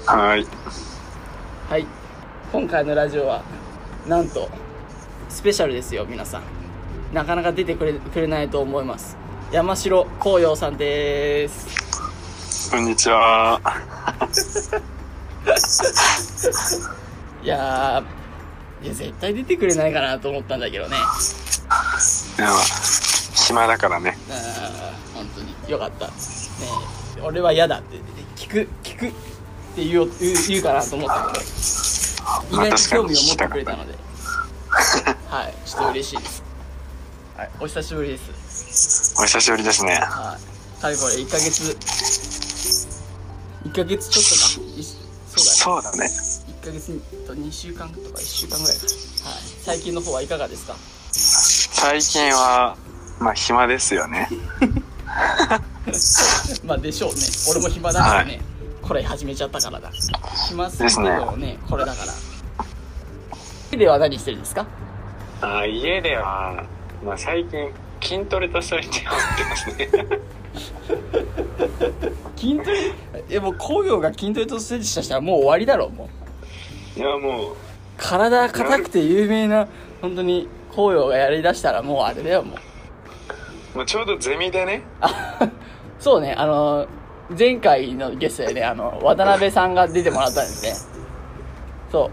はい。 はい。今回のラジオはなんとスペシャルですよ。皆さんなかなか出てくれないと思います。山城紅葉さんです。 こんにちは。 いや絶対出てくれないかなと思ったんだけどね。 いや、暇だからね。 本当によかったね。俺は嫌だって聞くって言うかなと思ったけど、意外と興味を持ってくれたのではい、ちょっと嬉しいです。はい、お久しぶりです。 お久しぶりですね。 はい、かれこれ1ヶ月ちょっとか。 そうだね。 1ヶ月と2週間とか1週間ぐらいか。はい、最近の方はいかがですか？ 最近はまあ暇ですよね。 まあでしょうね。俺も暇だからね、はい、これ始めちゃったからだ。暇すぎるよね、これだから。家では何してるんですか？ 家では、まあ、最近筋トレとストレッチをやってますね。 筋トレ？もう紅葉が筋トレとストレッチしたらもう終わりだろ。もういや、もう体硬くて有名な本当に紅葉がやりだしたらもうあれだよ。もうちょうどゼミでね。 そうね、前回のゲストでね、渡辺さんが出てもらったんですね。そう、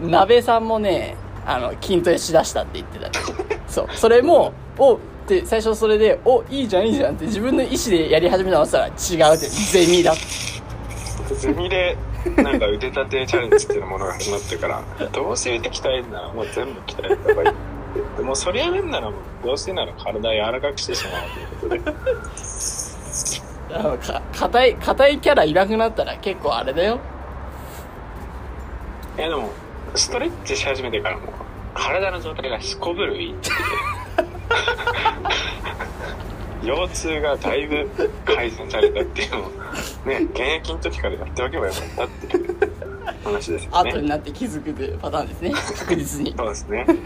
鍋さんもね、筋トレしだしたって言ってた。そう、それもって最初それでいいじゃんって自分の意思でやり始めたのしたら違うって、ゼミだって。 ゼミでなんか腕立てチャレンジっていうものが始まってから、どうせ腕鍛えるならもう全部鍛えた方がいい。でもそれやるんならもうどうせなら体柔らかくしてしまうということで。 硬いキャラいなくなったら結構あれだよ。 でもストレッチし始めてからも体の状態がすこぶるいいって腰痛がだいぶ改善されたっていうのをね、現役の時からやっておけばよかったっていう話ですよね。 後になって気づくというパターンですね。確実に。 そうですね。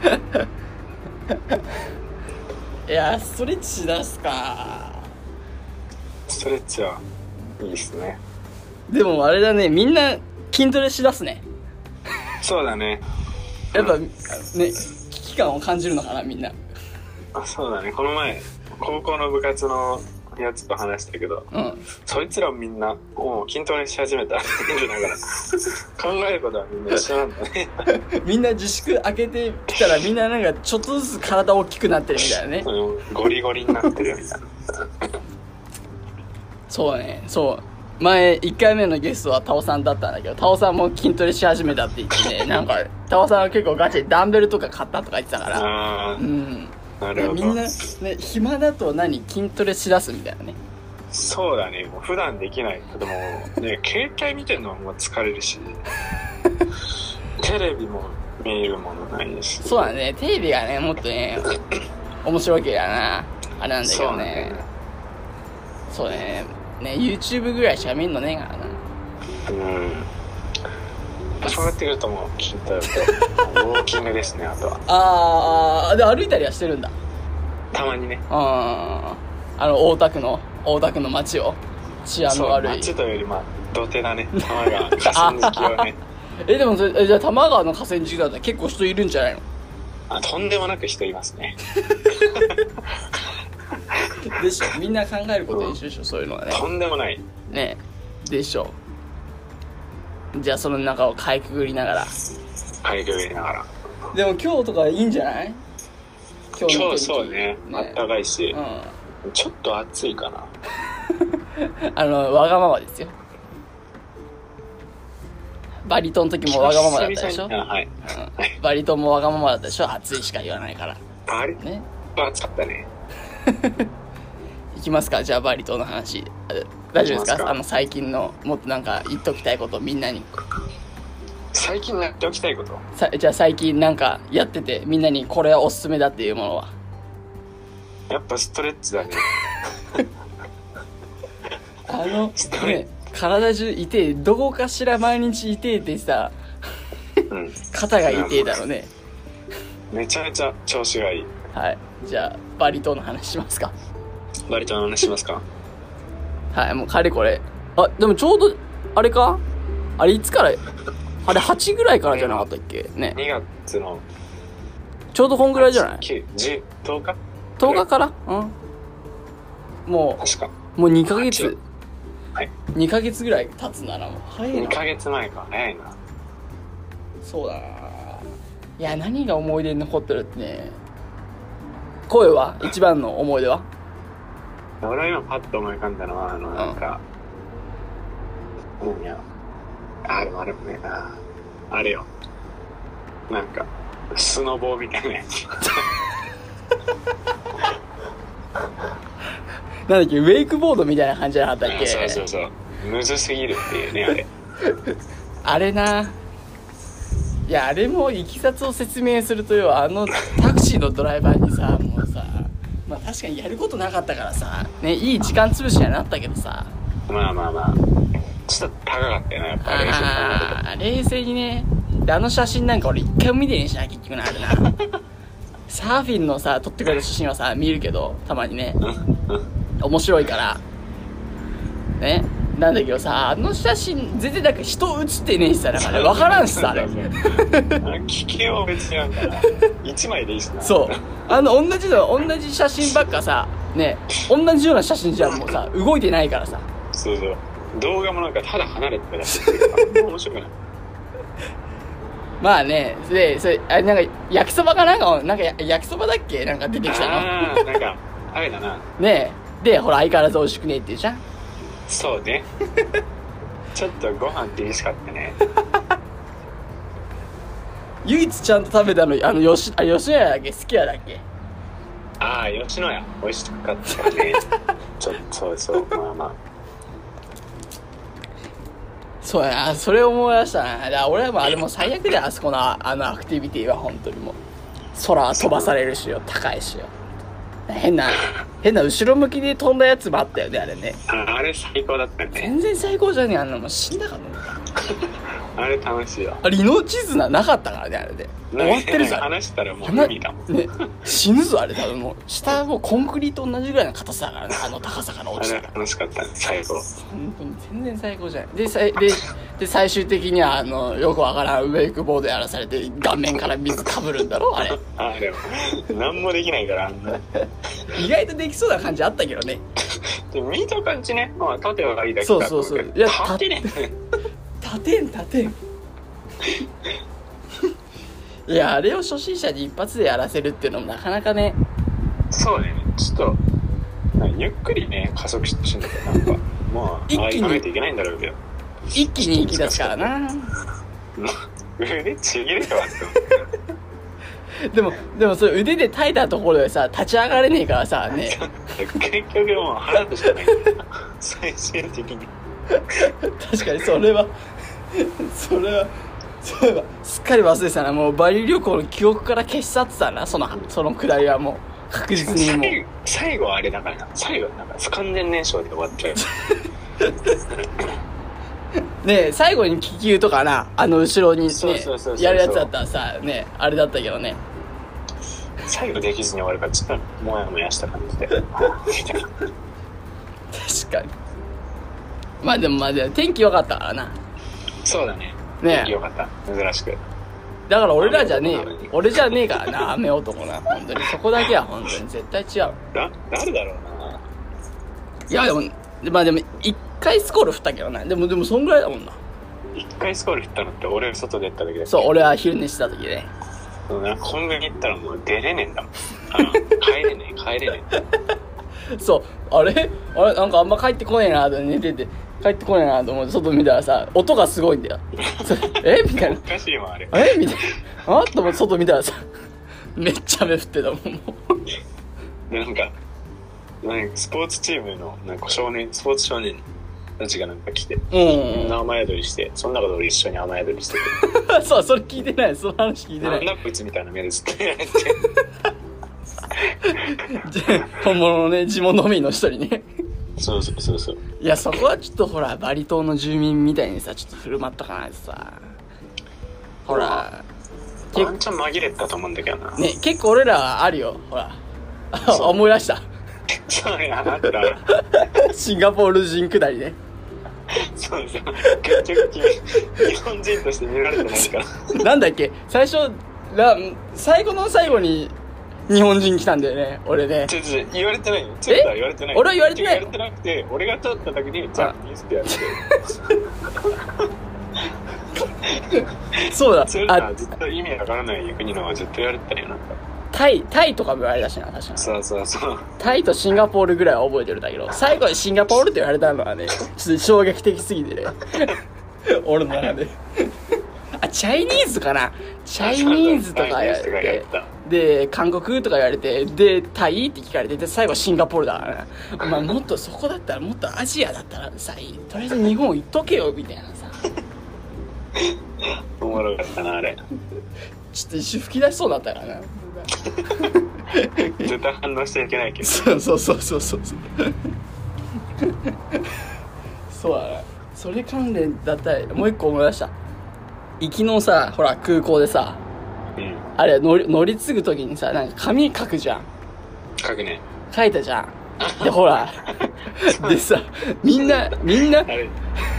いや、ストレッチしだすか。 ストレッチはいいですね。 でもあれだね、みんな筋トレしだすね。 そうだね。 やっぱね、危機感を感じるのかな、みんな。 そうだね。この前高校の部活のやつと話したけど、そいつらみんなもう筋トレし始めたって言いながら考えることはみんな一緒なんだね。 みんな自粛開けてきたらみんななんかちょっとずつ体大きくなってるみたいなね。 ゴリゴリになってるみたいな。 そうね、そう。前1回目のゲストはタオさんだったんだけど、タオさんも筋トレし始めたって言ってね、なんかタオさんは結構ガチでダンベルとか買ったとか言ってたから。 なるほど。 みんなね、暇だと筋トレしだすみたいなね。 そうだね。もう普段できない。でもね、携帯見てるのはもう疲れるし、テレビも見るものないし。 そうだね。テレビがね、もっとね面白いけどな、あれなんだけどね。そうね。YouTube ぐらいしか見んのねえからな。 そうなってくるともう筋トレとウォーキングですね。あとはで歩いたりはしてるんだ。 たまにね。 大田区の街を治安の悪い。 街というより土手だね。多摩川河川敷をね。 でもそれじゃあ多摩川の河川敷だったら結構人いるんじゃないの？ とんでもなく人いますね。 でしょ。みんな考えること一緒でしょ、そういうのはね。 とんでもないね。でしょ。じゃあその中をかいくぐりながら。でも今日とかいいんじゃない？ 今日そうね。あったかいし、ちょっと暑いかな。 わがままですよ。バリトンの時もわがままだったでしょ。バリトンもわがままだったでしょ。暑いしか言わないから。 ね。暑かったね。 いきますか。じゃあバリ島の話大丈夫ですか？最近のもっとなんか言っときたいことみんなに。 最近やっておきたいこと？ じゃあ最近なんかやっててみんなにこれはおすすめだっていうものは？ やっぱストレッチだね。 ね、体中痛え、どこかしら毎日痛えってさ、肩が痛えだろうね。 めちゃめちゃ調子がいい。 はい、じゃあバリ島の話しますか。 バリ島の話しますか。 はい、もうかれこれ。でもちょうどあれか、 あれいつから、あれ8ぐらいからじゃなかったっけね。 2月のちょうどこんぐらいじゃない？ 9、10、10日 10 日からうん。も確か。 う、もう2ヶ月。 はい。 2ヶ月ぐらい経つならもう早いな。 2ヶ月前か。早いな。 そうだな。いや、何が思い出に残ってるってね。声は一番の思い出は？ 俺は今パッと思い浮かんだのは、なんか、何や、でもあれもね、あれよ。なんか、スノボーみたいなやつ。 なんだっけ、ウェイクボードみたいな感じじゃなかったっけ？ そうそうそう。むずすぎるっていうね、あれ。 あれな。いや、あれもいきさつを説明するとよ、タクシーのドライバーにさ、もうさ、まあ確かにやることなかったからさ、ね、いい時間潰しにはなったけどさ。 まあ。ちょっと高かったよね、やっぱ冷静にね。で、あの写真なんか俺一回も見てねえしな、結局な、あれな。サーフィンのさ、撮ってくれた写真はさ、見るけど、たまにね。面白いから。ね。なんだけどさ、あの写真、全然なんか人写ってねえしさ、だから分からんしさ、あれ。 危険は別になんかな、1枚でいいしな。 そう。同じ写真ばっかさ、ね、同じような写真じゃん、もうさ、動いてないからさ。 そうそう。動画もなんかただ離れてただけで面白くない。 まあね、で、それ、なんか、焼きそばかなんか、焼きそばだっけなんか出てきたの。 なんか、あれだな。 ねえ。で、ほら、相変わらず美味しくねえって言うじゃん。 そうね。ちょっとご飯厳しかったね。 唯一ちゃんと食べたの、吉野家だっけ？好き家だっけ？ 吉野家。美味しかったね。ちょっと、そう、まあ。 そうやな、それ思い出したな。だから俺はもうあれも最悪だよ、あそこのアクティビティは本当にもう。空飛ばされるしよ、高いしよ。変な後ろ向きで飛んだやつもあったよね、あれね。 あれ最高だったね。 全然最高じゃねえ、あんなもん死んだからね。 あれ楽しいわ。 あれ命綱なかったからね、あれで。終わってるじゃん。 話したらもう無理だもん。 ね、死ぬぞ、あれ多分もう。下もうコンクリート同じぐらいの硬さだからね、あの高さから落ちたら。 あれ楽しかったね、最後。 本当に全然最高じゃない。で、最終的にはよくわからんウェイクボードやらされて顔面から水かぶるんだろ、あれ。 でも何もできないから意外とできそうな感じあったけどね。 でも見た感じね、まあ立てばいいだけそだ。 ういや立てね立てんいや、あれを初心者に一発でやらせるっていうのもなかなかね。 そうね、ちょっとゆっくりね加速してほしいんだけど、なんかもう一気に行かないといけないんだろうけど、 一気に行き出すからな。 腕ちぎれたわでもそれ腕で耐えたところでさ、立ち上がれねえからさね。 結局もう腹としかない最終的に。 確かにそれはそういえばすっかり忘れてたな。もうバリ旅行の記憶から消し去ってたな、そのくらいはもう確実にもう。 最後はあれだからな、最後なんか不完全燃焼で終わっちゃうねえ、最後に気球とかな、後ろにねそうやるやつだったらさね、あれだったけどね。 最後できずに終わるからちょっともやもやした感じで確かに。まあでも天気良かったからな。 そうだね。 ねえ、 よかった、珍しく。 だから俺じゃねえからな、雨男な。本当にそこだけは本当に絶対違う。 誰だろうな。 いやでも一回スコール振ったけどな。でもそんぐらいだもんな。 一回スコール振ったのって俺外出た時だけ。 そう、俺は昼寝した時ね。 コンビニ行ったらもう出れねえんだもん。帰れねえそう、あれなんかあんま帰ってこねえなと寝てて、帰ってこねえなと思って外見たらさ、音がすごいんだよ。みたいな。 おかしいもんあれ。 みたいな。と思って外見たらさ、めっちゃ雨降ってたもん。 でなんかスポーツチームのなんかスポーツ少年たちがなんか来て、みんな雨宿りして、その中で俺一緒に雨宿りしててそう、それ聞いてない、その話聞いてない。 なんだこいつみたいな目でずっとやられて本物のね、地元民の一人ね。 そういや、そこはちょっとほらバリ島の住民みたいにさ、ちょっと振る舞っとかないとさ、ほらワンチャン紛れたと思うんだけどなね。結構俺らはあるよ、ほら思い出した。 そうやなったシンガポール人下りね。 そうそう。結局君、日本人として見られてないから。 なんだっけ最初最後の最後に日本人来たんだよね俺ね。 言われてないよ。ちょっとは言われてない。 俺は言われてない。 言われてなくて、俺が通った時にジャパニーズってやってそうだ。 それはずっと意味わからない国のずっと言われてたよなんか。 タイとかも言われたしな、確かに。 そうそうそう。 タイとシンガポールぐらいは覚えてるんだけど、最後にシンガポールって言われたのはね、ちょっと衝撃的すぎてね。俺の中で。あ、チャイニーズかな、チャイニーズとか言われて、で、韓国とか言われて、で、タイって聞かれて、で、最後シンガポールだからな。まあ、もっとそこだったら、もっとアジアだったらさ、とりあえず日本行っとけよ、みたいなさ。 おもろかったな、あれ。 ちょっと一瞬吹き出しそうだったからな。 絶対反応しちゃいけないけど。 そうそうだな。それ関連だったらもう一個思い出した。行きのさ、ほら空港でさ、あれ乗り継ぐ時にさ、なんか紙書くじゃん。 書くね。 書いたじゃん。でほらでさ、みんなあれ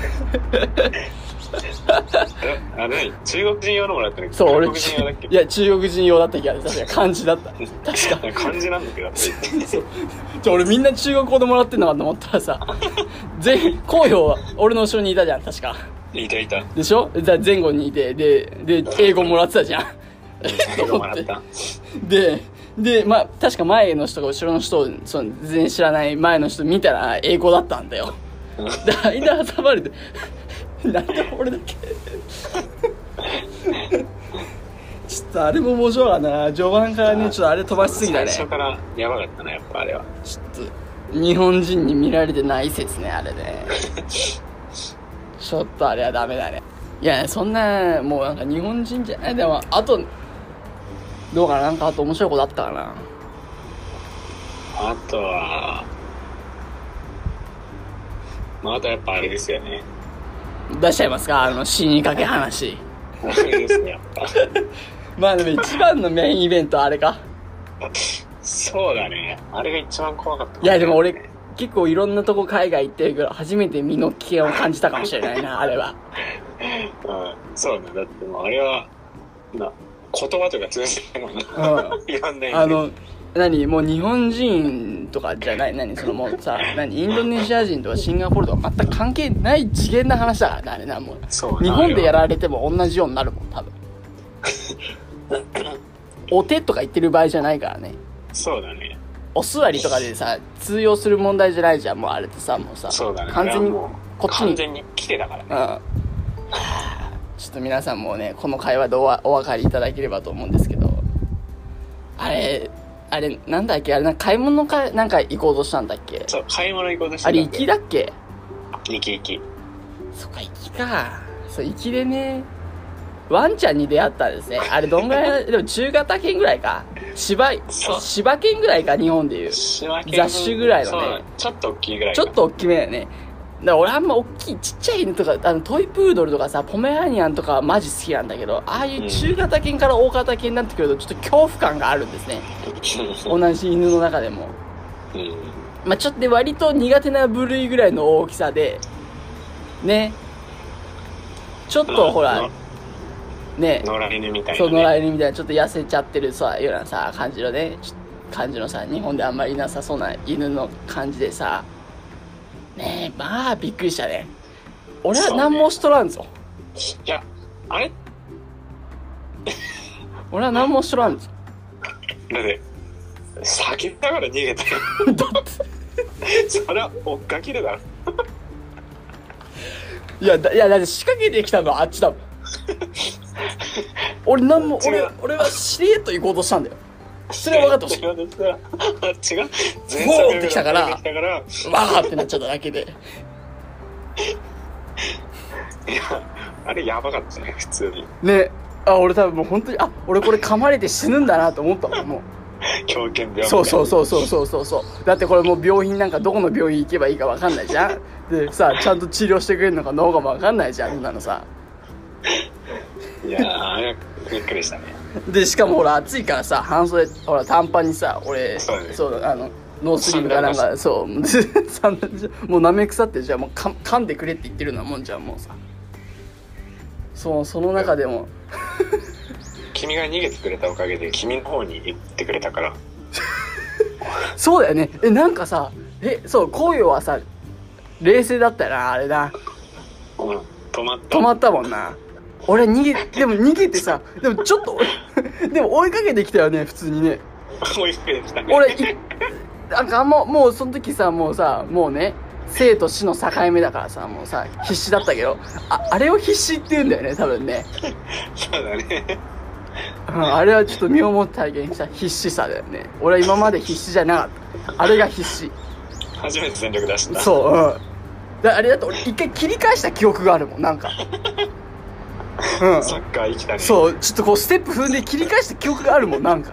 あれ中国人用のもらったの？ そう、俺中国人用だっけ？ いや中国人用だった気がする。確か漢字だった。確か漢字なんだけど。 そう俺みんな中国語でもらってんのかと思ったらさ、紅葉は俺の後ろにいたじゃん、確か。 いたでしょ。前後にいて、で英語もらってたじゃん。 英語もらった。 でまあ確か前の人が後ろの人をその全然知らない前の人見たら英語だったんだよ。で間挟まれてなんで俺だけちょっとあれも面白かったな。序盤からね、ちょっとあれ飛ばしすぎたね。 最初からやばかったな、やっぱあれは。 ちょっと日本人に見られてない説ね、あれね。ちょっとあれはダメだね。いやそんなもうなんか日本人じゃない。でもあとどうかな、なんかあと面白いことあったかな。 あとはまああとやっぱあれですよね。 出しちゃいますか、死にかけ話。 あれですね、やっぱ。 まあでも一番のメインイベントあれか。 そうだね、あれが一番怖かった。 いやでも俺結構いろんなとこ海外行ってるけど初めて身の危険を感じたかもしれないなあれは。 そうね、だってもうあれは言葉とか通じないもんな。いろんな意味でもう日本人とかじゃない、そのもうさ、インドネシア人とかシンガポールとか全く関係ない次元な話だからね、あれな。もう日本でやられても同じようになるもん多分。お手とか言ってる場合じゃないからね。 そうだね。 お座りとかでさ通用する問題じゃないじゃん。もうあれってさ、もうさ、 そうだね、 完全にこっちに完全に来てたからね。 ちょっと皆さんもねこの会話でお分かりいただければと思うんですけど、あれなんだっけ、あれ買い物かなんか行こうとしたんだっけ。 そう、買い物行こうとしたんだっけ。あれ行きだっけ。 行き。 そっか、行きか。そう、行きでねワンちゃんに出会ったんですね。あれどんぐらいでも中型犬ぐらいか、柴犬ぐらいか、日本でいう雑種ぐらいのね。 ちょっと大きいぐらい。 ちょっと大きめだよね。だから俺あんま大きいちっちゃい犬とかトイプードルとかさポメラニアンとかマジ好きなんだけど、ああいう中型犬から大型犬になってくるとちょっと恐怖感があるんですね。同じ犬の中でも、まあちょっと割と苦手な部類ぐらいの大きさでね、ちょっとほらね、 野良犬みたいな、ね、 そう野良犬みたいなちょっと痩せちゃってるさようなさ感じのさ、日本であんまりいなさそうな犬の感じでさねえ、まあびっくりしたね。俺は何もしとらんぞ。 いやあれ俺は何もしとらんぞ。 だって叫んだから逃げたよ。だってそれは追っかけるだろ。 いやだって仕掛けてきたのはあっちだもん。俺はしれっと行こうとしたんだよ。それは分かってほしい。 あっちが全ボーってきたからわーってなっちゃっただけで。 いやあれやばかったね普通にね。俺多分もう本当に俺これ噛まれて死ぬんだなと思ったもん。もう狂犬病。 そうだってこれもう病院なんかどこの病院行けばいいか分かんないじゃん。でさちゃんと治療してくれるのかどうかも分かんないじゃん、そんなのさ。 いやあれびっくりしたね。 でしかもほら暑いからさ半袖ほら短パンにさ俺そうノースリーブかなんかそう散々もう舐め腐ってじゃあもう噛んでくれって言ってるようなもんじゃんもうさ。そうその中でも君が逃げてくれたおかげで君の方に行ってくれたからそうだよね。なんかさそう紅葉はさ冷静だったよなあれな。 うん止まったもんな。俺でも逃げてさでもちょっとでも追いかけてきたよね普通にね。 追いかけてきたね。 俺なんかもうその時さもうね生と死の境目だからさもうさ必死だったけどあれを必死って言うんだよね多分ね。 そうだね。 あれはちょっと身をもって体験した必死さだよね。俺は今まで必死じゃなかった。あれが必死。 初めて全力出した。 そうあれだと俺一回切り返した記憶があるもんなんか。 サッカー生きたね。 そうちょっとこうステップ踏んで切り返した記憶があるもんなんか。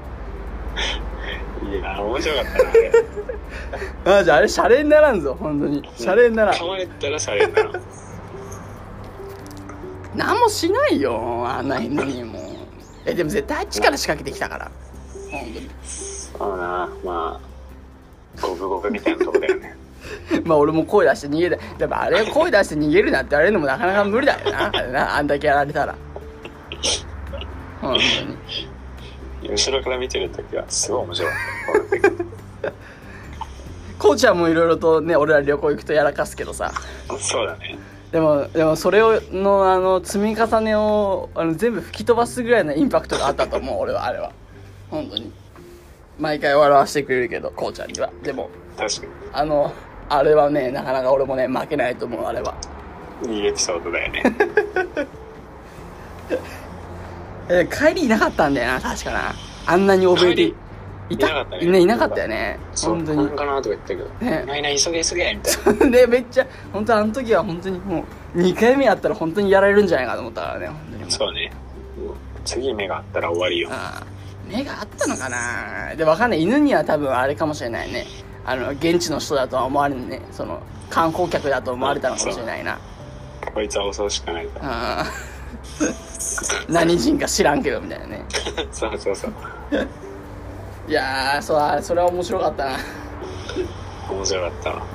いいな面白かったなあれ。 じゃああれシャレにならんぞ本当にシャレにならん。 噛まれたらシャレにならん。 何もしないよあんなのにもう。でも絶対あっちから仕掛けてきたから本当に。 そうなまあ五分五分みたいなとこだよね。 まあ俺も声出して逃げた。でもあれ声出して逃げるなって言われるのもなかなか無理だよなあれなあんだけやられたら本当に。 後ろから見てるときはすごい面白い。 こうちゃんもいろいろとね俺ら旅行行くとやらかすけどさ。 そうだね。 でもそれの積み重ねを全部吹き飛ばすぐらいのインパクトがあったと思う俺はあれは本当に。毎回笑わせてくれるけどこうちゃんには。でも確かにあれはねなかなか俺もね負けないと思うあれは。 いいエピソードだよね。 帰りいなかったんだよな確かな。あんなに覚えていなかったよね本当に。 なんかなとか言ったけどねないない急げ急げみたいな。 でめっちゃ本当あの時は本当にもう2回目やったら本当にやられるんじゃないかと思ったからね本当に。 そうね次目があったら終わりよ。 目があったのかな。でわかんない犬には多分あれかもしれないね現地の人だとは思われるねその観光客だと思われたのかもしれないな。 こいつは襲うしかないと。 何人か知らんけどみたいなね。 そうそうそう。 いやそれは面白かったな。 面白かったわ。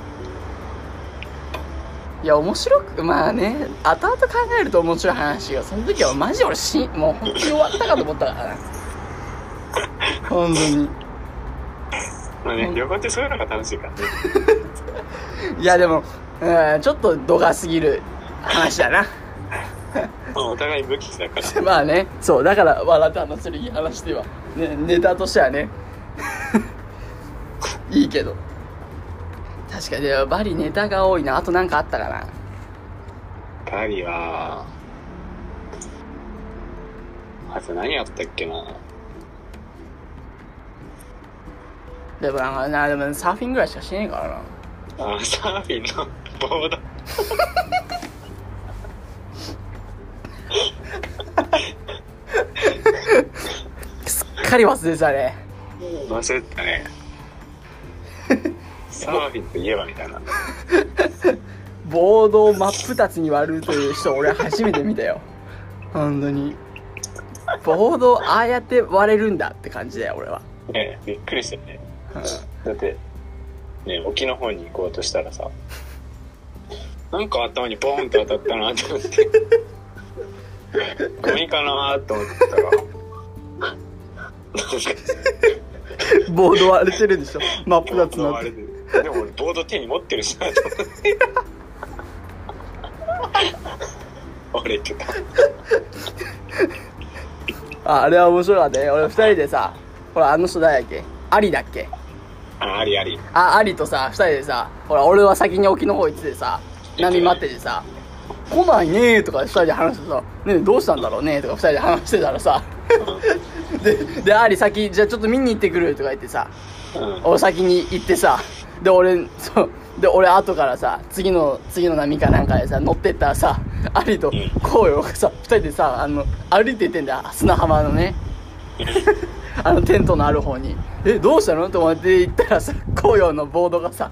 いや面白くまあね後々考えると面白い話がその時はマジ俺もう本当に終わったかと思ったからな本当に。 まあね旅行ってそういうのが楽しいからね。 いやでもちょっと度が過ぎる話だな。 お互い無傷だからまあねそうだから笑って話せるいい話では、ね、ネタとしてはねいいけど確かにバリネタが多いな。あとなんかあったかな。 バリはあと何やったっけな。 でもでもサーフィンぐらいしかしねえからな。 サーフィンのボードすっかり忘れてたね。 忘れてたね。サーフィンといえばみたいな。 ボードを真っ二つに割るという人俺初めて見たよ本当に。ボードをああやって割れるんだって感じだよ俺は。 ねびっくりしたよね。だってね沖の方に行こうとしたらさなんか頭にボーンと当たったなと思ってゴミかなと思ったらボード割れてるでしょ真っ二つになって。 でも俺ボード手に持ってるしなと思って折れてた。 あれは面白かったね。俺二人でさほら人誰だっけアリだっけ。 ありあり。 アリとさ二人でさほら俺は先に沖の方行っててさ波待っててさ来ないねーとか二人で話してさねえどうしたんだろうねーとか二人で話してたらさでアリ先じゃあちょっと見に行ってくるとか言ってさ、俺先に行ってさで俺後からさ次の波かなんかでさ乗ってったらさアリとコウヨがさ二人でさ歩いて行ってんだよ砂浜のねテントのある方にどうしたのと思って行ったらさコウヨのボードがさ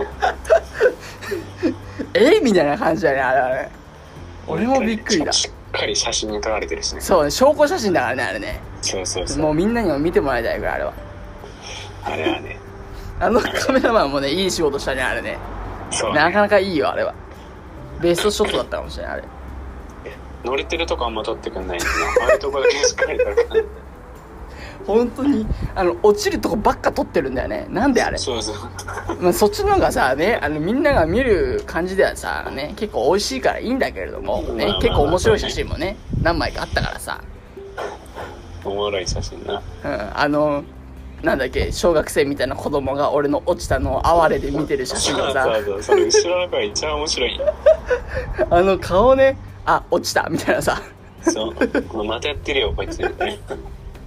みたいな感じだねあれ。俺もびっくりだ。 かり写真に撮られてるしね。 そうね、証拠写真だからね、あれね。 そうそうそう。 もうみんなにも見てもらいたいぐらい、あれは。 あれはね。 あのカメラマンもね、いい仕事したね、あれね。 そうね。 なかなかいいよ、あれは。ベストショットだったかもしれない、あれ。 乗れてるとこあんま撮ってくんないんだな。ああいうとこだけしっかり撮るから。 本当に落ちるとこばっか撮ってるんだよね。なんであれ。 そうそう。 まあ、そっちの方がさね、みんなが見る感じではさね、結構美味しいからいいんだけれどもね、 まあ結構面白い写真もね、何枚かあったからさ。 おもろい写真な。 なんだっけ、小学生みたいな子供が俺の落ちたのを哀れで見てる写真がさ、 そうそう、それ後ろの子が一番面白い。 顔ね、あ、落ちたみたいなさ。 そうまたやってるよこいつみたいな。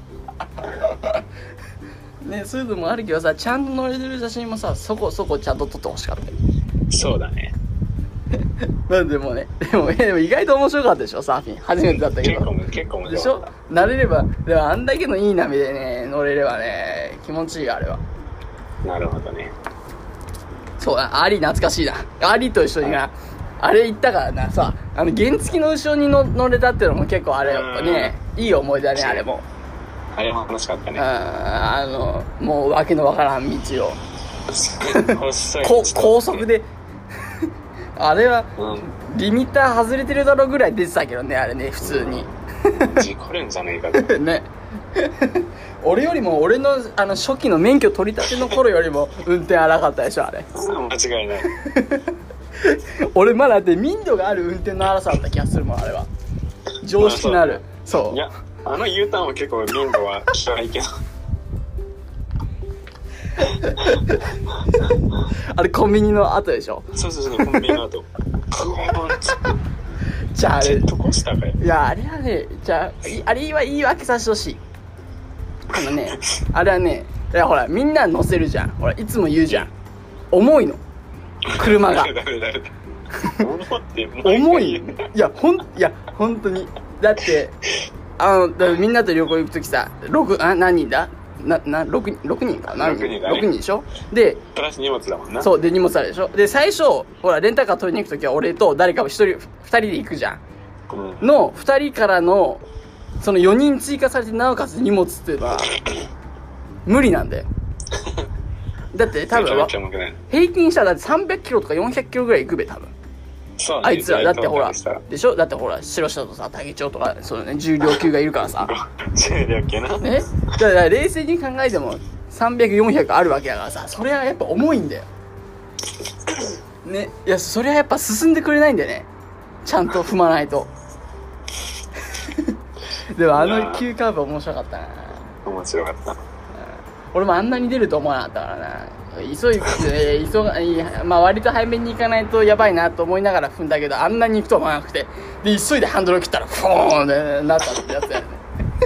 ね、そういうのもあるけどさ、ちゃんと乗れてる写真もさ、そこそこちゃんと撮ってほしかったよ。 そうだね。 まあでもね、でも意外と面白かったでしょ、サーフィン。初めてだったけど。 結構面でしょ白かっ慣れれば、でもあんだけのいい波でね、乗れればね、気持ちいいよ、あれは。 た。なるほどね。 そうだ、アリ懐かしいな。アリと一緒にな、あれ行ったからな、さ、原付きの後ろに乗れたっていうのも結構あれやっぱね、いい思い出だね、あれも。 あれも楽しかったね。 もうわけのわからん道を。 細い高速で。あれは、 うん、 リミッター外れてるだろうぐらい出てたけどね、あれね、普通に。 事故るんじゃねえかと。 ね。俺よりも、俺の、初期の免許取り立ての頃よりも、運転荒かったでしょ、あれ。 間違いない。 俺まだだって民度がある運転の荒さだった気がするもん、あれは。常識のある。そう。 いや、U ターンは結構民度は嫌いけど。 あれコンビニの後でしょ。 そう、コンビニの後。 じゃああれ、 ジェットコースターかよ。 いや、あれはね、じゃあ、あれは言い訳させてほしい。あれはね、いやほら、みんな乗せるじゃん。ほら、いつも言うじゃん。重いの。車が。重い。いや、本当に。だって、みんなと旅行行くときさ、何人だ6人かな、6人でしょ。でプラス荷物だもんな。 そうで荷物あるでしょ。で最初ほらレンタカー取りに行くときは俺と誰か1人2人で行くじゃん、の2人からのその4人追加されてなおかつ荷物っていうのは無理なんだよ。だって多分平均したらだって300キロとか400キロぐらい行くべ、多分。 そうね、 あいつらだってほらでしょ。だってほら白下とさ竹町とかそうね、重量級がいるからさ重量級なね。だから冷静に考えても300400あるわけだからさ、それはやっぱ重いんだよね。いやそれはやっぱ進んでくれないんだよね、ちゃんと踏まないとでも急カーブ面白かったな。 面白かった。 俺もあんなに出ると思わなかったからな。まあ割と早めに行かないとやばいなと思いながら踏んだけど、あんなに行くと思わなくて、で急いでハンドル切ったらフォーンってなったってやつだよね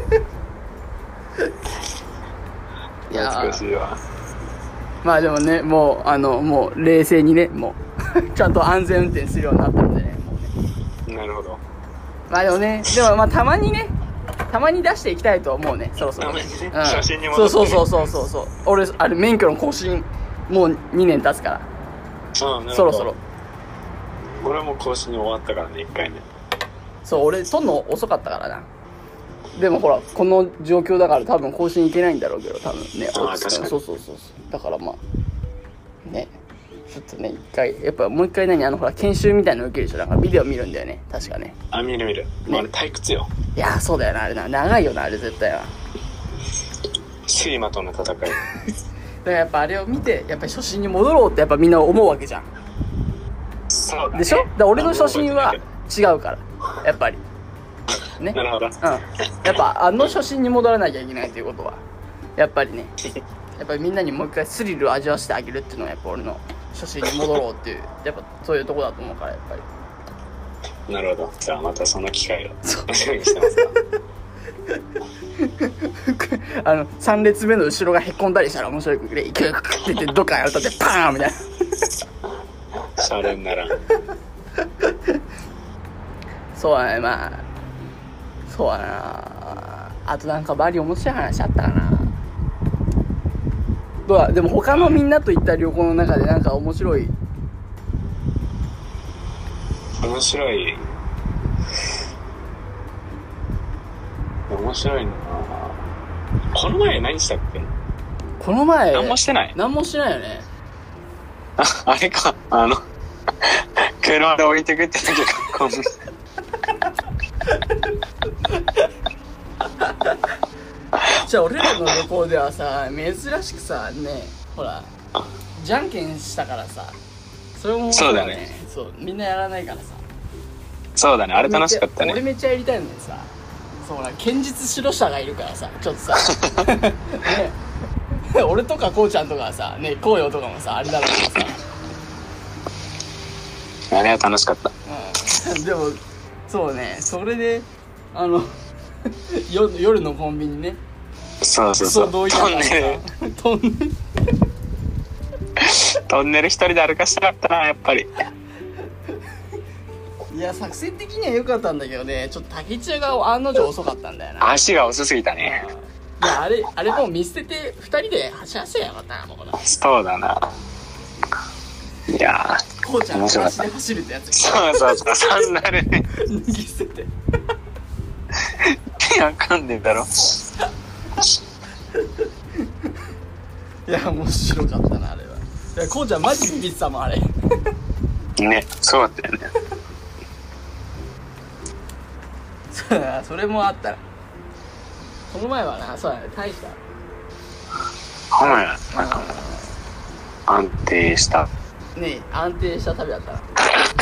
いや懐かしいわ。 まあでもね、もう冷静にね、もうちゃんと安全運転するようになったんでね、もうね。 なるほど。 まあでもね、まあたまに出していきたいと思うね、そろそろ。 写真に戻って。 そう。俺免許の更新もう2年経つから。そろそろ。 俺も更新終わったからね、1回目。 そう、俺撮んの遅かったからな。でもほらこの状況だから多分更新いけないんだろうけど、多分ね。 確かに。 そう。だからまあね、ちょっとね一回やっぱもう一回ほら研修みたいなの受けるでしょ。なんかビデオ見るんだよね、確かね。 見る。ね、あれ退屈よ。 いやそうだよな、あれな、長いよな、あれ絶対は。 睡魔との戦い。 だからやっぱあれを見てやっぱり初心に戻ろうってやっぱみんな思うわけじゃん。 そうだね。 でしょ。だから俺の初心は違うからやっぱりね。 なるほど。 やっぱ初心に戻らなきゃいけないということはやっぱりね、やっぱりみんなにもう一回スリルを味わわせてあげるっていうのはやっぱ俺の初心に戻ろうっていうやっぱそういうとこだと思うから、やっぱり。 なるほど。じゃあまたその機会を楽しみにしてますか 3列目の後ろがへこんだりしたら面白いくらい勢いかかっててどっかやるとってパーンみたいなシャレにならん。 そうだね、まあそうだな。あとなんかバリ面白い話あったかな。どうだ、でも他のみんなと行った旅行の中でなんか面白い面白いな。この前何したっけ？ この前何もしてない。 何もしてないよね。 あれか、車で置いてくって時か、こんな。 じゃあ俺らの旅行ではさ、珍しくさ、ね、ほら、じゃんけんしたからさ、それもそうだね。 そう、みんなやらないからさ。 そうだね、あれ楽しかったね。 俺めっちゃやりたいのにさ、そうほら、剣術指導者がいるからさ、ちょっとさ、ね、俺とかこうちゃんとかさ、ね、こうよとかもさ、あれだろうからさ。 あれは楽しかった。 うん、でも、そうね、それで、夜のコンビニね。 そうそうそう。トンネル。トンネル一人で歩かしたかったな、やっぱり。 いや、作戦的には良かったんだけどね、ちょっと竹内が案の定遅かったんだよな。 足が遅すぎたね。 いや、あれもう見捨てて、二人で走らせやよかったな、もうな。 そうだな。いやー。 こうちゃんが足で走るってやつ。 そうそうそう、サンダルね。 脱ぎ捨てて。 わかんねえだろ。 いや、面白かったな、あれは。いや、こうちゃんマジビビってたもん、あれ。 ね、そうだったよね。 そうだな、それもあったら。この前はな、そうだね、大した。 はい、なんか安定した。 ねえ、安定した旅だったな。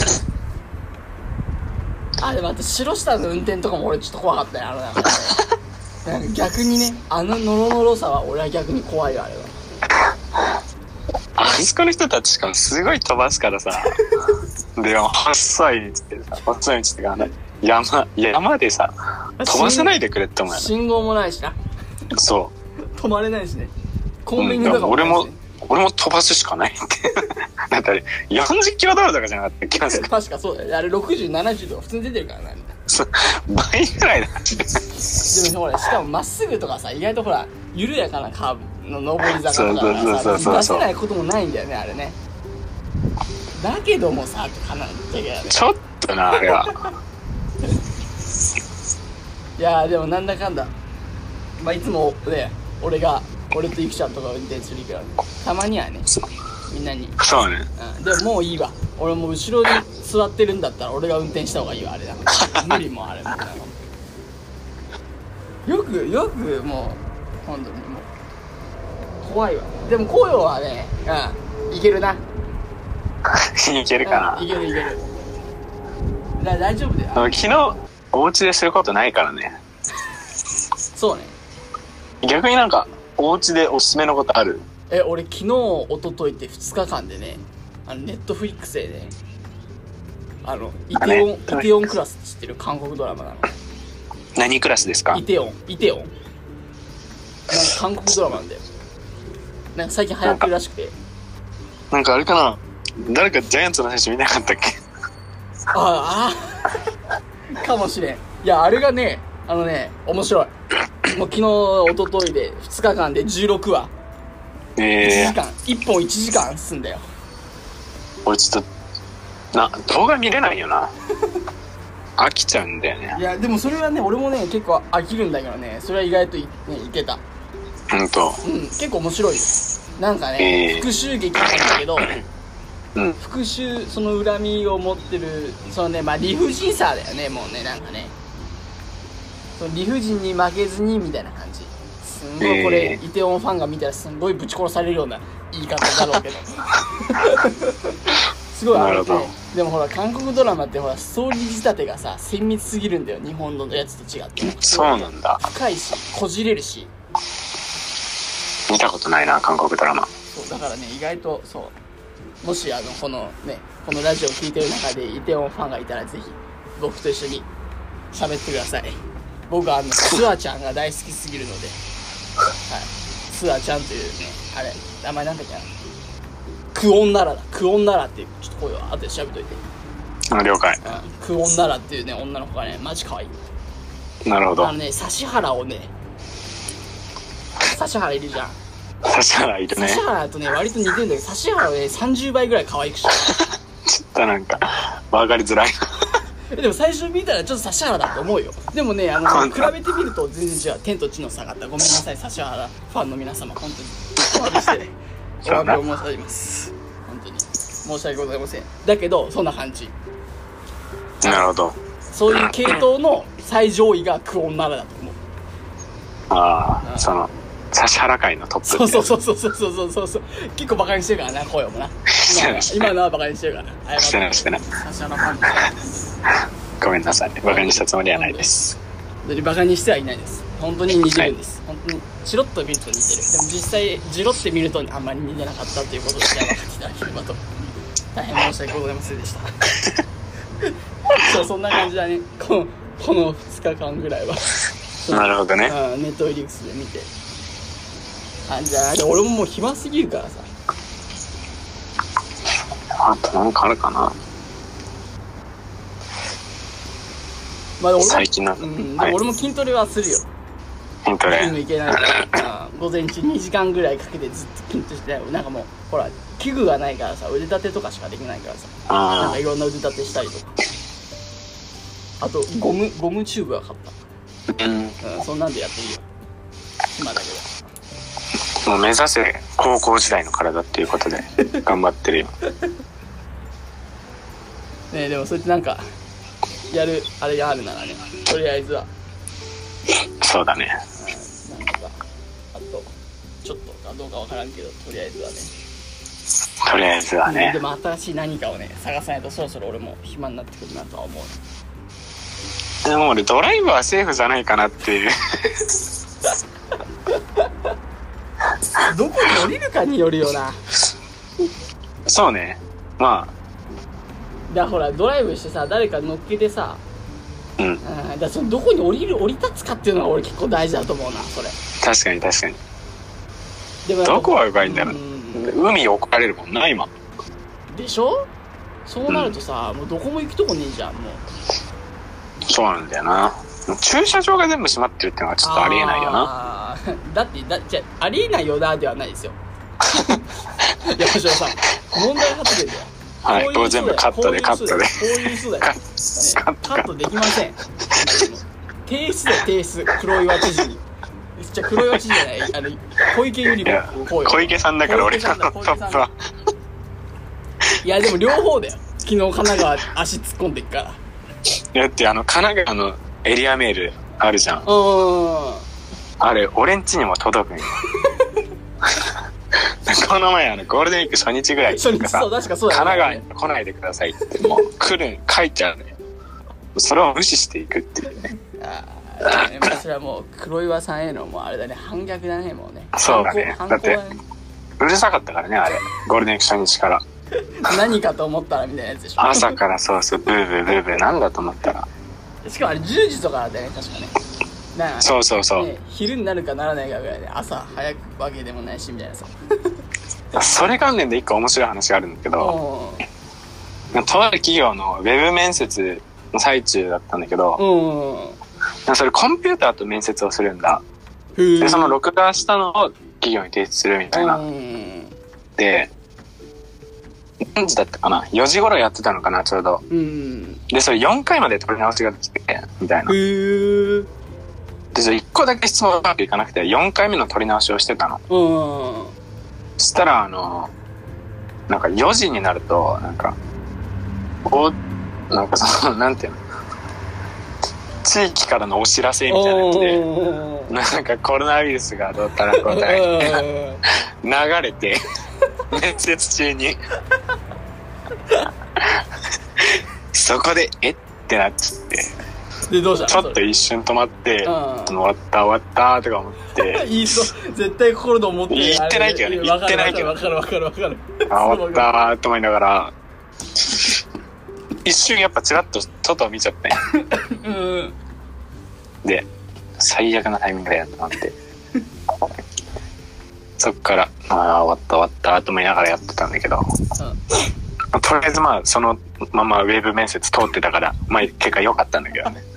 あ、でもあと白下の運転とかも俺ちょっと怖かったね、なんか逆にね、ノロノロさは俺は逆に怖いよ、あれは。 あそこの人たちしかもすごい飛ばすからさ。でも細い道でさ、細い道ってか山でさ、飛ばさないでくれって思うよね。 信号もないしな。 そう。 止まれないしね。コンビニとかもないしね。 俺も飛ばすしかないって。だって40キロ道路とかじゃなかった気がする。 確かそうだよ。あれ60、70とか普通に出てるからな、みんな。 倍ぐらいだ。でもほら、しかもまっすぐとかさ、意外とほら、緩やかなカーブの上り坂とかさ、出せないこともないんだよね、あれね。だけどもさ、ってかなっちゃいけないね。 ちょっとな、あれは。 いやー、でもなんだかんだ。まあ、いつもね、俺とゆきちゃんとか運転するけど、たまにはね、みんなに。 そうね。 うん、でももういいわ。俺も後ろに座ってるんだったら俺が運転した方がいいわ、あれだ。無理もあれも。よくもう、本当にもう、怖いわ。でも紅葉はね、うん、いけるな。 いけるかな。 いける。大丈夫だよ。 昨日、お家ですることないからね。 そうね。 逆になんか、お家でおすすめのことある？ 俺昨日、一昨日って2日間でね、ネットフリックスでね、イテオンクラスって知ってる韓国ドラマなの。 何クラスですか？ イテオン。なんか韓国ドラマなんだよ。なんか最近流行ってるらしくて。 なんかあれかな、誰かジャイアンツの選手見なかったっけ？ あかもしれん。いや、あれがね、面白い。もう昨日、一昨日で2日間で16話。1本1時間すんだよ。 俺ちょっと動画見れないよな。飽きちゃうんだよね。 いやでもそれはね、俺もね結構飽きるんだけどね、それは意外といけた。 ほんと。 うん、結構面白いよ。なんかね、復讐劇なんだけど、復讐、その恨みを持ってる、そのね、まあ理不尽さだよね、もうね、なんかね、その理不尽に負けずにみたいな感じ。すんごいこれ、イテウォンファンが見たらすんごいぶち殺されるような言い方だろうけどすごいあるね。でもほら、韓国ドラマってほら、ストーリー仕立てがさ、精密すぎるんだよ、日本のやつと違って。 そうなんだ。 深いし、こじれるし。 見たことないな、韓国ドラマ。 そうだからね、意外とそう、もしこのラジオを聞いてる中でイテウォンファンがいたら、ぜひ僕と一緒に喋ってください。僕はスアちゃんが大好きすぎるので、はい、スアちゃんというね、あれ名前なんだっけな、クオンナラっていう、ちょっと声を後で調べといて。 了解。 クオンナラっていうね、女の子がね、マジ可愛い。 なるほど。 指原をね、指原いるじゃん。 指原いるね。 指原とね、割と似てるんだけど、指原をね、30倍ぐらい可愛くした。 ちょっとなんか、わかりづらい。 でも最初見たらちょっと指原だと思うよ。でもね、比べてみると全然違う。天と地の差があった。ごめんなさい、指原ファンの皆様、本当にお詫びしてお詫びを申し上げます。本当に申し訳ございません。だけどそんな感じ。 なるほど。 そういう系統の最上位がクオンナラだと思う。 ああ、その指原界のトップ。 そう結構バカにしてるからな、声もな。今のはバカにしてるから。 してない。 指原ファンごめんなさい、バカにしたつもりはないです。 バカにしてはいないです。本当に似てるんです、はい、本当にチロッと見ると似てる。でも実際ジロって見るとあんまり似てなかったということで分かっていただければと。大変申し訳ございませんでしたそう、そんな感じだね、この2日間ぐらいはなるほどね。 ネットフリックスで見て。じゃあ俺ももう暇すぎるからさ。 あとなんかあるかな。 まあ、 最近の、 でも俺も筋トレはするよ。 筋トレジム行けないから午前中2時間ぐらいかけてずっと筋トレしてたよ。なんかもうほら器具がないからさ、腕立てとかしかできないからさ、なんかいろんな腕立てしたりとか、あとゴムチューブは買った。そんなんでやってるよ、暇だけど。もう目指せ高校時代の体っていうことで頑張ってるよね。えでもそうやってなんかやるあれがあるならね、とりあえずはそうだね。 なんかあとちょっとかどうかわからんけど、とりあえずはね。でも新しい何かをね探さないとそろそろ俺も暇になってくるなとは思う。 でも俺ドライブはセーフじゃないかなっていうどこに降りるかによるよな。 そうね。まあだからほらドライブしてさ、誰か乗っけてさ、だからそのどこに降り立つかっていうのが俺結構大事だと思うな、それ。 確かにでもどこはうまいんだろう。海置かれるもんな今でしょ。そうなるとさ、もうどこも行くとこねえじゃん。もうそうなんだよな。駐車場が全部閉まってるってのはちょっとありえないよな。 だってじゃありえないよなではないですよ山城さん、問題発言だよ。 はい、これ全部カットでこういう人だよ、カットできません。提出だよ、提出。黒岩知事に。じゃあ黒岩知事じゃない、小池百合子。 小池さんだから俺のトップは。 いやでも両方だよ。昨日神奈川足突っ込んでっから。 だって神奈川のエリアメールあるじゃん。あれ俺ん家にも届くんよこの前ゴールデンウィーク初日ぐらいそう確かそうだよ、ね、 神奈川に来ないでくださいってもう書いちゃうね。それを無視していくっていうね。 それはもう黒岩さんへのもうあれだね、反逆だね、もうね。 そうだね。だってうるさかったからね、あれゴールデンウィーク初日から何かと思ったらみたいなやつでしょ。 朝からそうブーブーなんだと思ったら、しかもあれ10時とかだったよね、確かね。 そう、 ね、昼になるかならないかぐらいで、朝早くわけでもないしみたいなさそれ関連で一個面白い話があるんだけど、とある企業のウェブ面接の最中だったんだけど、それコンピューターと面接をするんだ。でその録画したのを企業に提出するみたいな。で何時だったかな、4時頃やってたのかな、ちょうど。でそれ4回まで取り直しができてみたいな。で1個だけ質問うまくいかなくて4回目の取り直しをしてたの。そしたらなんか4時になるとなんかそのなんていうの、地域からのお知らせみたいなやつで、なんかコロナウイルスがどうたらこうたら流れて面接中にそこでってなっちゃって。 でどうした？ ちょっと一瞬止まって終わったとか思って言いそう、絶対心で思って言ってないけどね、言ってないけど、 わかる終わったと思いながら一瞬やっぱチラッと外を見ちゃったねで最悪なタイミングだよと思ってそっから終わったと思いながらやってたんだけど、とりあえずそのままウェブ面接通ってたから結果良かったんだけどね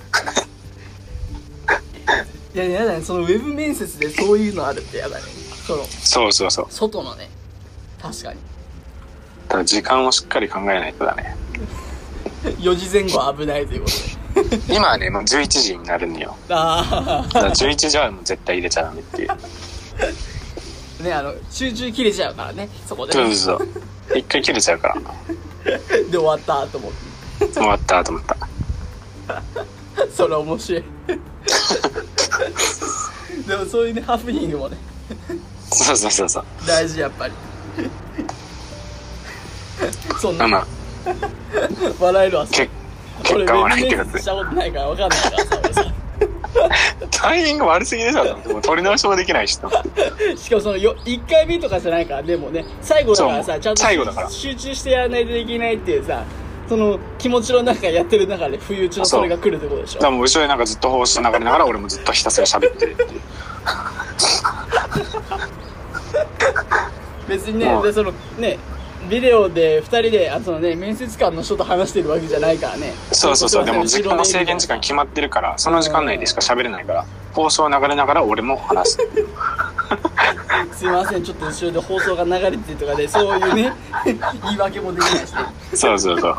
いやだね、そのウェブ面接でそういうのあるってやだね。 そう外のね、確かに。 ただ時間をしっかり考えないとだね。 4時前後危ないということで。 今はね、もう11時になるんよ。 あだから11時はもう絶対入れちゃダメっていう。 ね、集中切れちゃうからね、そこで。 そうそうそう。一回切れちゃうから。 で、終わったと思って。 終わったと思った。 それ面白い。でもそういうね、ハプニングもね。 そうそうそうそう。 大事、やっぱり。そんな。 まあ、 笑えるわ。 結果笑いってことで。 したことないから分かんないからさ、俺さ。 タイミング悪すぎでしょ。もう取り直しもできないしと。 しかも1回目とかじゃないから、でもね、最後だからさ、ちゃんと最後だから集中してやらないといけないっていうさ、その気持ちの中やってる中で不意打ちのそれが来るってことでしょ。 だからもう後ろでなんかずっと放送流れながら俺もずっとひたすら喋ってるっていう。 別にね、でそのね、ビデオで2人でそのね、面接官の人と話してるわけじゃないからね。 そうそうそう。でも時間の制限時間決まってるから、その時間内でしか喋れないから、放送流れながら俺も話す。 すいません、ちょっと後ろで放送が流れてとかで、そういうね、言い訳もできないしね。 そうそうそう。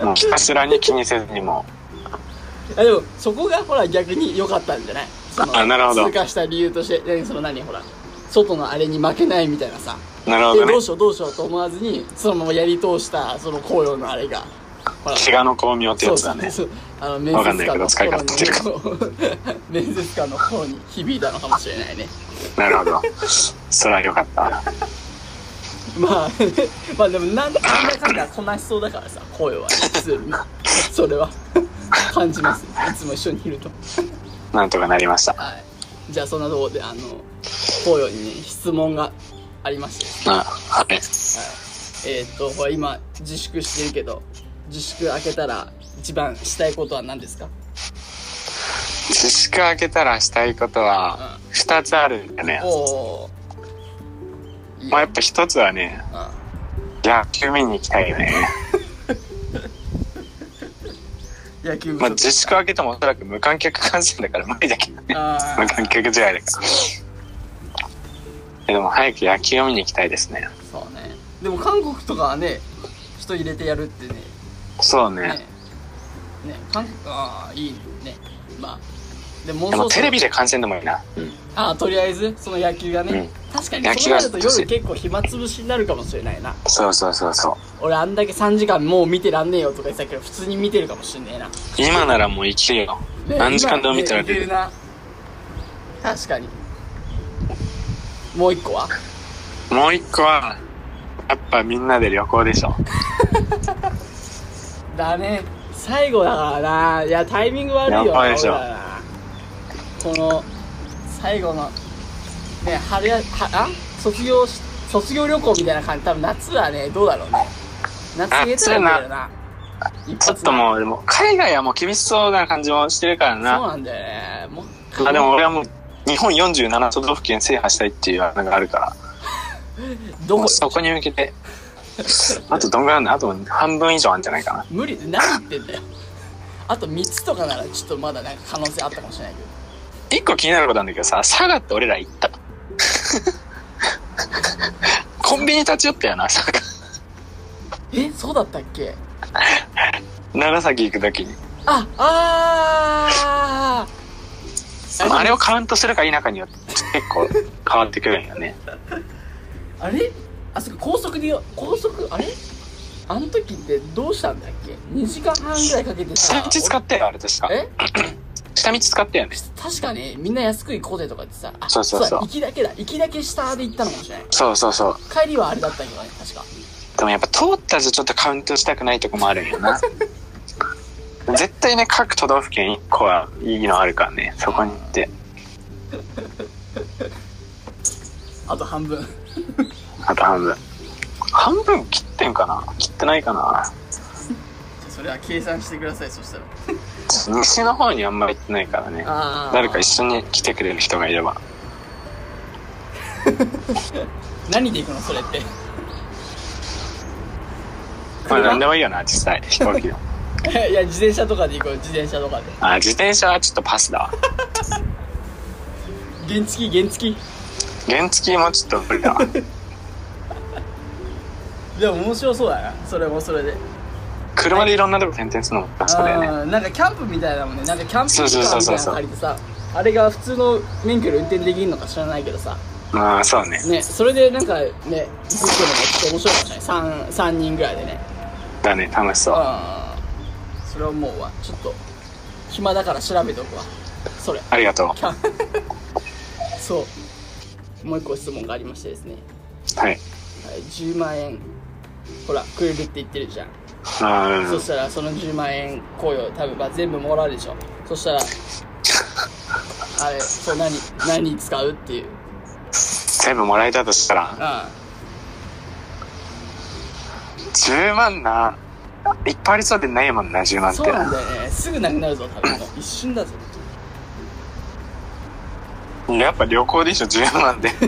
もうひたすらに気にせずにもう。でもそこがほら逆に良かったんじゃない？ なるほど。 通過した理由として、その何ほら、外のあれに負けないみたいなさ。 なるほどね。 どうしようと思わずにそのままやり通したその紅葉のあれが飢餓の巧妙ってやつだね。 そう分かんないけど使い方ってるか面接官の方に響いたのかもしれないね。 なるほど。それは良かった。 まあでもなんだかんだこなしそうだからさ、声は、ね、普通にそれは感じます、いつも一緒にいると。 なんとかなりました。 はい。じゃあそんなところで紅葉にね、質問がありまして、 はい。 はい。ほら今自粛してるけど、自粛明けたら一番したいことは何ですか？ 自粛明けたらしたいことは2つあるんだよね。 おー。 まあやっぱ1つはね、野球見に行きたいよね。 野球まあ自粛明けてもおそらく無観客観戦だから無理だけどね。無観客試合だから。でも早く野球を見に行きたいですね。 そうね。でも韓国とかはね、人入れてやるってね。 そうね。 ね、韓国いいね。まあでもテレビで観戦でもいいな。 とりあえずその野球がね、確かにそうなると夜結構暇つぶしになるかもしれないな。 そうそうそうそう。 俺あんだけ3時間もう見てらんねえよとか言ってたけど、普通に見てるかもしれねえな。 今ならもういけるよ。何時間でも見てられる。 確かに。もう一個はやっぱみんなで旅行でしょ。 だね。最後だからな。いやタイミング悪いよな。この最後のね、卒業旅行みたいな感じ。多分夏はね、どうだろうね。夏入れたらいいんだよな。 ちょっともうでも海外はもう厳しそうな感じもしてるからな。 そうなんだよね。 でも俺はもう日本47都道府県制覇したいっていうのがあるからそこに向けてあとどんぐらいあんの？あと半分以上あるんじゃないかな。 無理で何言ってんだよ。あと3つとかならちょっとまだなんか可能性あったかもしれないけど。 一個気になることなんだけどさ、佐賀って俺ら行ったコンビニ立ち寄ったよな、佐賀。 そうだったっけ？ 長崎行くときにあれをカウントするか否かによって結構変わってくるんよね。 あれそこ高速あれあの時ってどうしたんだっけ？2時間半ぐらいかけてさ、 下道使ったよあれ確か。下道使ったよね。 確かにみんな安く行こうぜとかってさ、 そう行きだけ下で行ったのかもしれない。 そう帰りはあれだったけどね、確か。 でもやっぱ通ったじゃちょっとカウントしたくないとこもあるんよな。絶対ね、各都道府県1個はいいのあるからね、そこに行ってあと半分半分切ってんかな、切ってないかな。 それは計算してください。そしたら西の方にあんまり行ってないからね。誰か一緒に来てくれる人がいれば。 何で行くのそれって。 まあ何でもいいよな、実際飛行機でも。 いや自転車とかで行こう。自転車とかで。 自転車はちょっとパスだわ。 原付もちょっと無理だわ。 でも面白そうだな、それもそれで。 車でいろんなとこ転々するのもそうだよね。 なんかキャンプみたいなもんね。なんかキャンプカーみたいなの借りてさ、あれが普通の免許で運転できるのか知らないけどさ。 まあそうね。 ね、それでなんかね、行くっていうのもちょっと面白いかもしれない。3人ぐらいでね。だね、楽しそう。 それは思うわ。ちょっと暇だから調べておくわ。それ。 ありがとう。 そう。もう一個質問がありましてですね。 はい。 10万円ほらくれるって言ってるじゃん。そしたらその10万円雇用多分全部もらうでしょ。そしたらあれそれ何に使うっていう。 全部もらえたとしたら10万な。いっぱいありそうでないもんな、10万って。 そうなんだよね。すぐなくなるぞ多分。一瞬だぞ。 やっぱ旅行でしょ、10万で。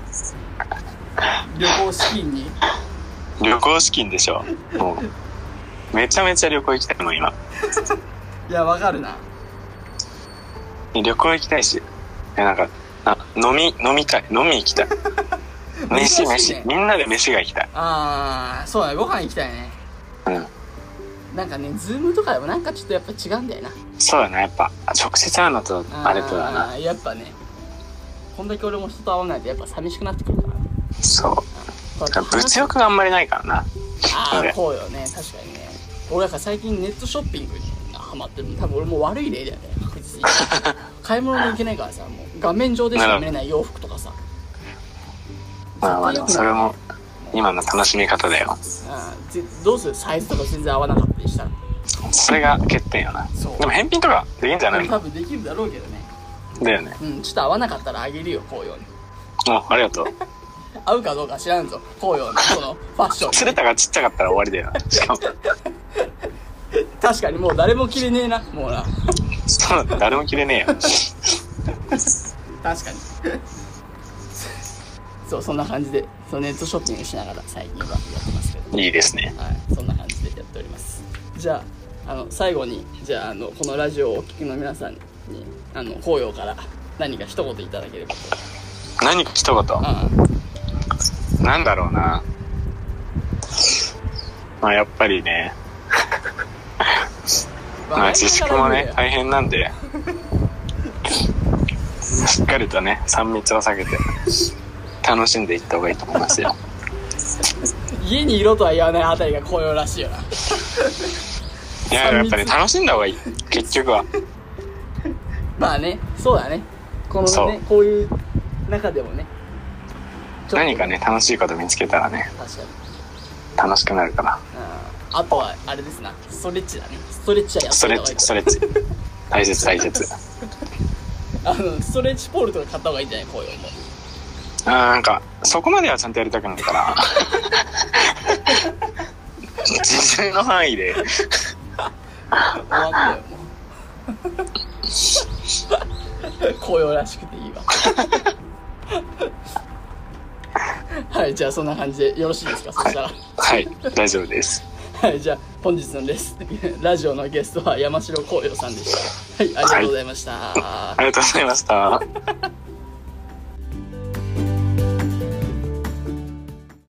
旅行資金に。 旅行資金でしょ。もうめちゃめちゃ旅行行きたいもん今。 いやわかるな。 旅行行きたいし、なんか飲み行きたい。飯みんなで飯が行きたい。 そうだね、ご飯行きたいね。なんかね、ズームとかでもなんかちょっとやっぱ違うんだよな。 そうだな、やっぱ直接会うのとあれとだな。 やっぱね、こんだけ俺も人と会わないとやっぱ寂しくなってくるから。 そう。物欲があんまりないからな。 そうよね、確かにね。俺なんか最近ネットショッピングにハマってる。多分俺も悪い例だよね、確実に。買い物に行けないからさ、もう画面上でしか見れない洋服とかさ。 まあでもそれも今の楽しみ方だよ。 どうする？サイズとか全然合わなかったりしたら。 それが欠点よな。でも返品とかできんじゃないの？ 多分できるだろうけどね。 だよね。 ちょっと合わなかったらあげるよ、紅葉に。 ありがとう。 合うかどうか知らんぞ、紅葉のそのファッション。 スレタがちっちゃかったら終わりだよな。しかも確かにもう誰も着れねえな、もうな。 そうだ、誰も着れねえよ。 確かに。そう、そんな感じでそのネットショッピングしながら最近はやってますけど。 いいですね。 はい、そんな感じでやっております。じゃあ最後にこのラジオをお聞きの皆さんに紅葉から何か一言いただければと。 何か一言？なんだろうな。まあやっぱりね。まあ自粛もね大変なんで、しっかりとね3密を避けて楽しんでいった方がいいと思いますよ。 家にいろとは言わないあたりが紅葉らしいよな。 いややっぱり楽しんだ方がいい、結局は。 まあね、そうだね。このね、こういう中でもね、 何かね楽しいこと見つけたらね、 確かに楽しくなるから。 あとはあれですな、ストレッチだね。ストレッチはやった方がいい。 ストレッチ大切。 ストレッチポールとか買った方がいいんじゃない、紅葉も。 なんかそこまではちゃんとやりたくないから自重の範囲で終わったよもう。紅葉らしくていいわ。はい、じゃあそんな感じでよろしいですか、そしたら。 はい大丈夫です。 はい、じゃあ本日のラジオのゲストは山城紅葉さんでした。はい、ありがとうございました。 ありがとうございました。